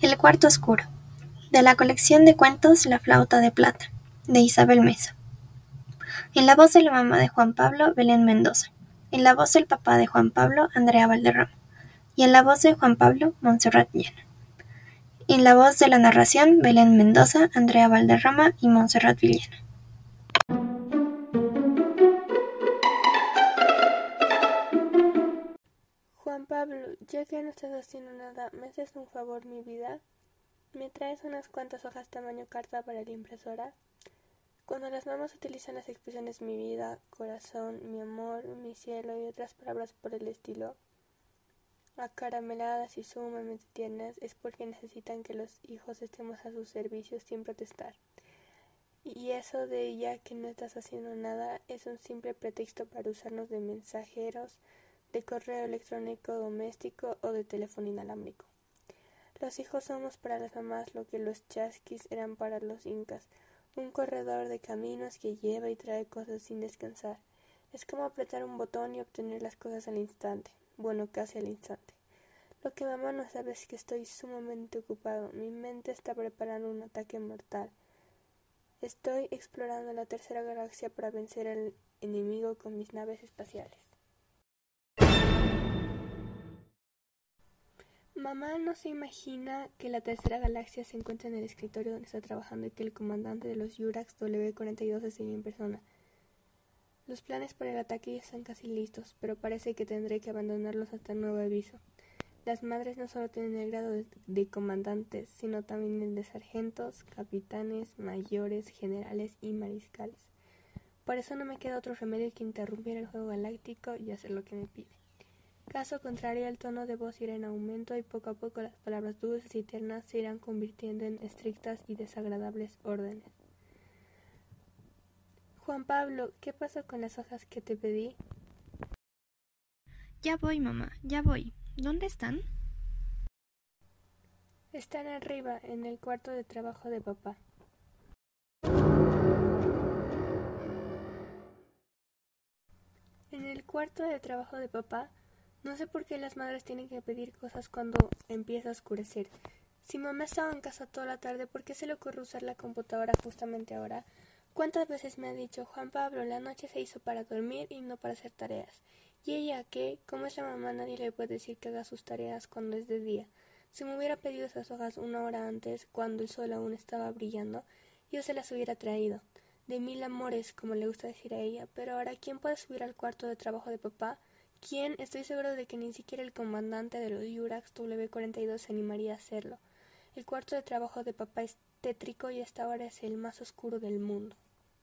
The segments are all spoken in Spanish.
El cuarto oscuro, de la colección de cuentos La flauta de plata, de Isabel Mesa. En la voz de la mamá de Juan Pablo, Belén Mendoza. En la voz del papá de Juan Pablo, Andrea Valderrama. Y en la voz de Juan Pablo, Montserrat Villena. En la voz de la narración, Belén Mendoza, Andrea Valderrama y Montserrat Villena. Juan Pablo, ya que no estás haciendo nada, ¿me haces un favor, mi vida? ¿Me traes unas cuantas hojas tamaño carta para la impresora? Cuando las mamás utilizan las expresiones mi vida, corazón, mi amor, mi cielo y otras palabras por el estilo, acarameladas y sumamente tiernas, es porque necesitan que los hijos estemos a sus servicios sin protestar. Y eso de ya que no estás haciendo nada es un simple pretexto para usarnos de mensajeros, de correo electrónico doméstico o de teléfono inalámbrico. Los hijos somos para las mamás lo que los chasquis eran para los incas, un corredor de caminos que lleva y trae cosas sin descansar. Es como apretar un botón y obtener las cosas al instante, bueno, casi al instante. Lo que mamá no sabe es que estoy sumamente ocupado, mi mente está preparando un ataque mortal. Estoy explorando la tercera galaxia para vencer al enemigo con mis naves espaciales. Mamá no se imagina que la tercera galaxia se encuentra en el escritorio donde está trabajando y que el comandante de los Yurax W-42 es ella en persona. Los planes para el ataque ya están casi listos, pero parece que tendré que abandonarlos hasta nuevo aviso. Las madres no solo tienen el grado de comandantes, sino también el de sargentos, capitanes, mayores, generales y mariscales. Por eso no me queda otro remedio que interrumpir el juego galáctico y hacer lo que me pide. Caso contrario, el tono de voz irá en aumento y poco a poco las palabras dulces y tiernas se irán convirtiendo en estrictas y desagradables órdenes. Juan Pablo, ¿qué pasó con las hojas que te pedí? Ya voy, mamá, ya voy. ¿Dónde están? Están arriba, en el cuarto de trabajo de papá. En el cuarto de trabajo de papá, no sé por qué las madres tienen que pedir cosas cuando empieza a oscurecer. Si mamá estaba en casa toda la tarde, ¿por qué se le ocurre usar la computadora justamente ahora? ¿Cuántas veces me ha dicho, Juan Pablo, la noche se hizo para dormir y no para hacer tareas? ¿Y ella qué? Como es la mamá, nadie le puede decir que haga sus tareas cuando es de día. Si me hubiera pedido esas hojas una hora antes, cuando el sol aún estaba brillando, yo se las hubiera traído. De mil amores, como le gusta decir a ella, pero ahora, ¿quién puede subir al cuarto de trabajo de papá? ¿Quién? Estoy seguro de que ni siquiera el comandante de los Yurax W-42 se animaría a hacerlo. El cuarto de trabajo de papá es tétrico y hasta ahora es el más oscuro del mundo.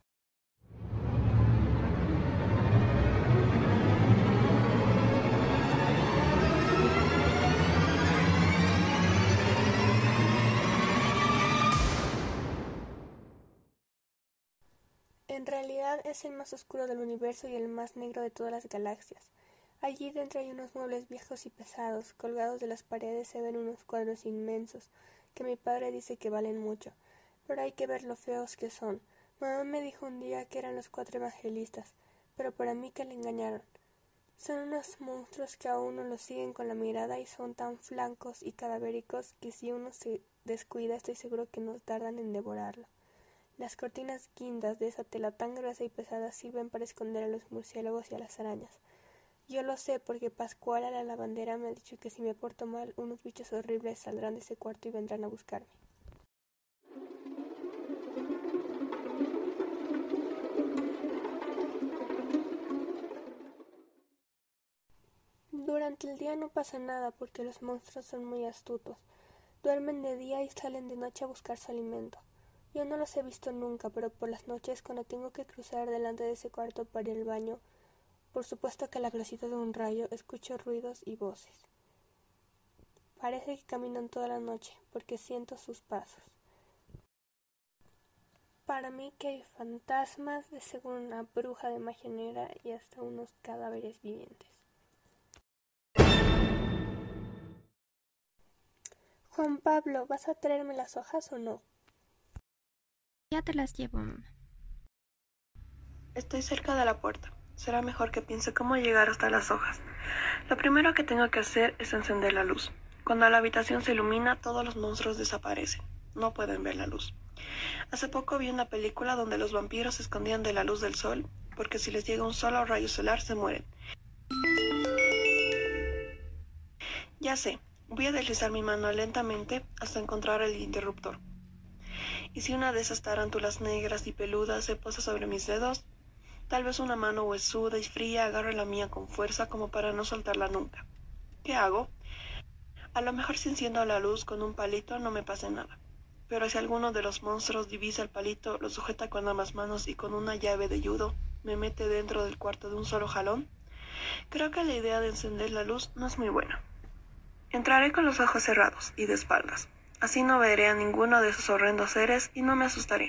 En realidad es el más oscuro del universo y el más negro de todas las galaxias. Allí dentro hay unos muebles viejos y pesados, colgados de las paredes se ven unos cuadros inmensos, que mi padre dice que valen mucho, pero hay que ver lo feos que son. Mamá me dijo un día que eran los 4 evangelistas, pero para mí que le engañaron. Son unos monstruos que a uno los siguen con la mirada y son tan flancos y cadavéricos que si uno se descuida estoy seguro que no tardan en devorarlo. Las cortinas guindas de esa tela tan gruesa y pesada sirven para esconder a los murciélagos y a las arañas. Yo lo sé porque Pascuala la lavandera me ha dicho que si me porto mal, unos bichos horribles saldrán de ese cuarto y vendrán a buscarme. Durante el día no pasa nada porque los monstruos son muy astutos. Duermen de día y salen de noche a buscar su alimento. Yo no los he visto nunca, pero por las noches cuando tengo que cruzar delante de ese cuarto para ir al baño, por supuesto que a la velocidad de un rayo escucho ruidos y voces. Parece que caminan toda la noche porque siento sus pasos. Para mí que hay fantasmas de según una bruja de magia negra y hasta unos cadáveres vivientes. Juan Pablo, ¿vas a traerme las hojas o no? Ya te las llevo, mamá. Estoy cerca de la puerta. Será mejor que piense cómo llegar hasta las hojas. Lo primero que tengo que hacer es encender la luz. Cuando la habitación se ilumina, todos los monstruos desaparecen. No pueden ver la luz. Hace poco vi una película donde los vampiros se escondían de la luz del sol, porque si les llega un solo rayo solar se mueren. Ya sé, voy a deslizar mi mano lentamente hasta encontrar el interruptor. Y si una de esas tarántulas negras y peludas se posa sobre mis dedos, tal vez una mano huesuda y fría agarre la mía con fuerza como para no soltarla nunca. ¿Qué hago? A lo mejor si enciendo la luz con un palito no me pase nada. Pero si alguno de los monstruos divisa el palito, lo sujeta con ambas manos y con una llave de judo me mete dentro del cuarto de un solo jalón, creo que la idea de encender la luz no es muy buena. Entraré con los ojos cerrados y de espaldas. Así no veré a ninguno de esos horrendos seres y no me asustaré.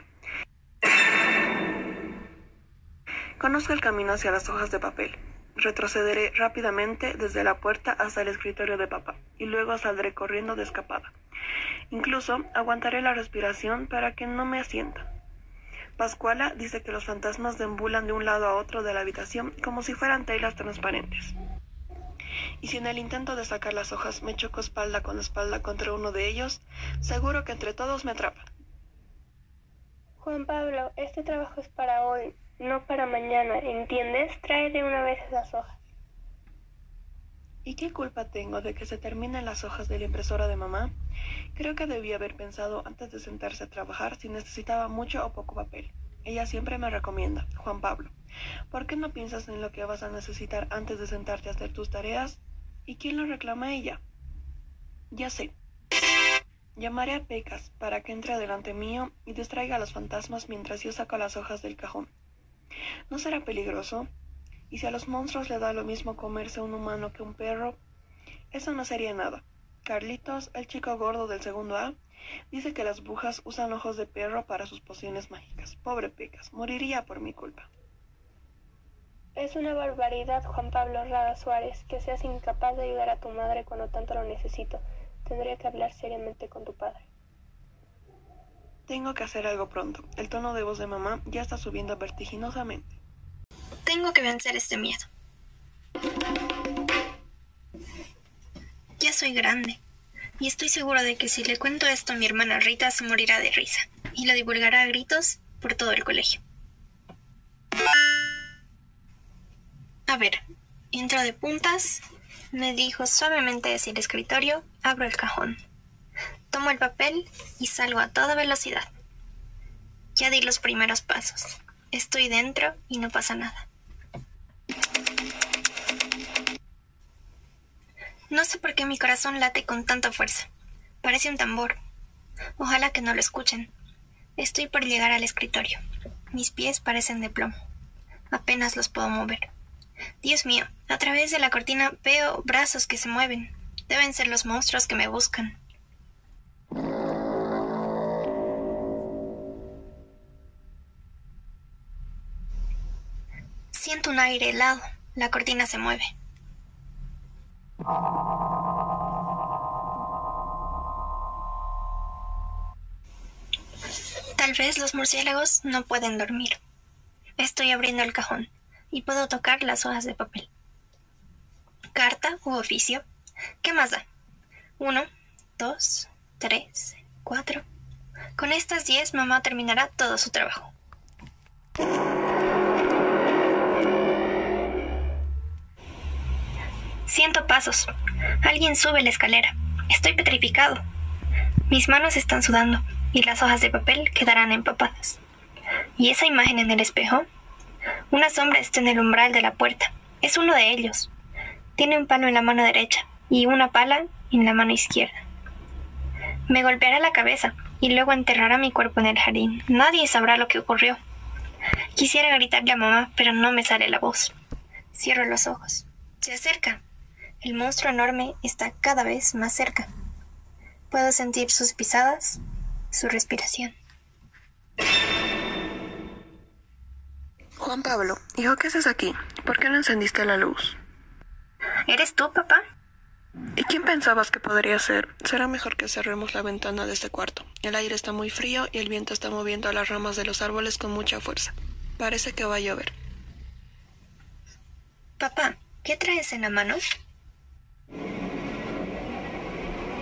Conozco el camino hacia las hojas de papel. Retrocederé rápidamente desde la puerta hasta el escritorio de papá y luego saldré corriendo de escapada. Incluso aguantaré la respiración para que no me asienta. Pascuala dice que los fantasmas deambulan de un lado a otro de la habitación como si fueran telas transparentes. Y si en el intento de sacar las hojas me choco espalda con espalda contra uno de ellos, seguro que entre todos me atrapan. Juan Pablo, este trabajo es para hoy, no para mañana, ¿entiendes? Trae de una vez esas hojas. ¿Y qué culpa tengo de que se terminen las hojas de la impresora de mamá? Creo que debí haber pensado antes de sentarse a trabajar si necesitaba mucho o poco papel. Ella siempre me recomienda, Juan Pablo, ¿por qué no piensas en lo que vas a necesitar antes de sentarte a hacer tus tareas? ¿Y quién lo reclama a ella? Ya sé. Llamaré a Pecas para que entre delante mío y distraiga a los fantasmas mientras yo saco las hojas del cajón. ¿No será peligroso? Y si a los monstruos le da lo mismo comerse un humano que un perro, eso no sería nada. Carlitos, el chico gordo del segundo A, dice que las brujas usan ojos de perro para sus pociones mágicas. Pobre Pecas, moriría por mi culpa. Es una barbaridad, Juan Pablo Rada Suárez, que seas incapaz de ayudar a tu madre cuando tanto lo necesito. Tendría que hablar seriamente con tu padre. Tengo que hacer algo pronto. El tono de voz de mamá ya está subiendo vertiginosamente. Tengo que vencer este miedo. Ya soy grande, y estoy seguro de que si le cuento esto a mi hermana Rita se morirá de risa, y lo divulgará a gritos por todo el colegio. A ver, entro de puntas, me dirijo suavemente hacia el escritorio, abro el cajón, tomo el papel y salgo a toda velocidad. Ya di los primeros pasos. Estoy dentro y no pasa nada. No sé por qué mi corazón late con tanta fuerza. Parece un tambor. Ojalá que no lo escuchen. Estoy por llegar al escritorio. Mis pies parecen de plomo. Apenas los puedo mover. Dios mío, a través de la cortina veo brazos que se mueven. Deben ser los monstruos que me buscan. Siento un aire helado. La cortina se mueve. Tal vez los murciélagos no pueden dormir. Estoy abriendo el cajón y puedo tocar las hojas de papel. Carta u oficio. ¿Qué más da? 1, 2, 3, 4. Con estas 10 mamá terminará todo su trabajo. Siento pasos. Alguien sube la escalera. Estoy petrificado. Mis manos están sudando y las hojas de papel quedarán empapadas. ¿Y esa imagen en el espejo? Una sombra está en el umbral de la puerta. Es uno de ellos. Tiene un palo en la mano derecha y una pala en la mano izquierda. Me golpeará la cabeza y luego enterrará mi cuerpo en el jardín. Nadie sabrá lo que ocurrió. Quisiera gritarle a mamá, pero no me sale la voz. Cierro los ojos. Se acerca. El monstruo enorme está cada vez más cerca. Puedo sentir sus pisadas, su respiración. Juan Pablo, hijo, ¿qué haces aquí? ¿Por qué no encendiste la luz? ¿Eres tú, papá? ¿Y quién pensabas que podría ser? Será mejor que cerremos la ventana de este cuarto. El aire está muy frío y el viento está moviendo las ramas de los árboles con mucha fuerza. Parece que va a llover. Papá, ¿qué traes en la mano?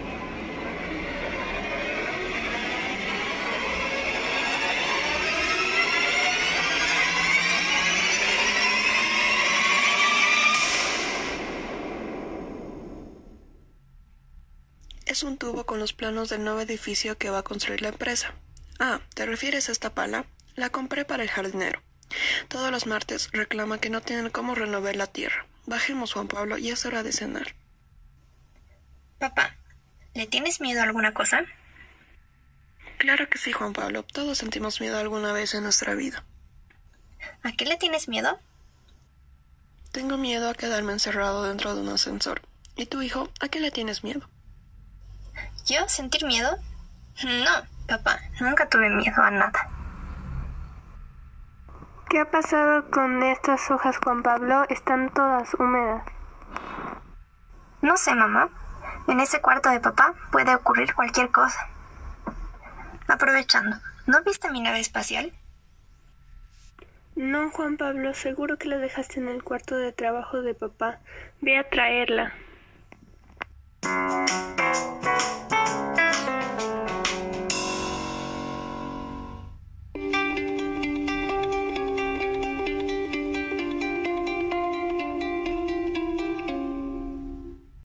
Es un tubo con los planos del nuevo edificio que va a construir la empresa. Ah, ¿te refieres a esta pala? La compré para el jardinero. Todos los martes reclama que no tienen cómo renovar la tierra. Bajemos, Juan Pablo, y es hora de cenar. Papá, ¿le tienes miedo a alguna cosa? Claro que sí, Juan Pablo. Todos sentimos miedo alguna vez en nuestra vida. ¿A qué le tienes miedo? Tengo miedo a quedarme encerrado dentro de un ascensor. ¿Y tu hijo, a qué le tienes miedo? ¿Yo sentir miedo? No, papá, nunca tuve miedo a nada. ¿Qué ha pasado con estas hojas, Juan Pablo? Están todas húmedas. No sé, mamá. En ese cuarto de papá puede ocurrir cualquier cosa. Aprovechando, ¿no viste mi nave espacial? No, Juan Pablo, seguro que la dejaste en el cuarto de trabajo de papá. Ve a traerla.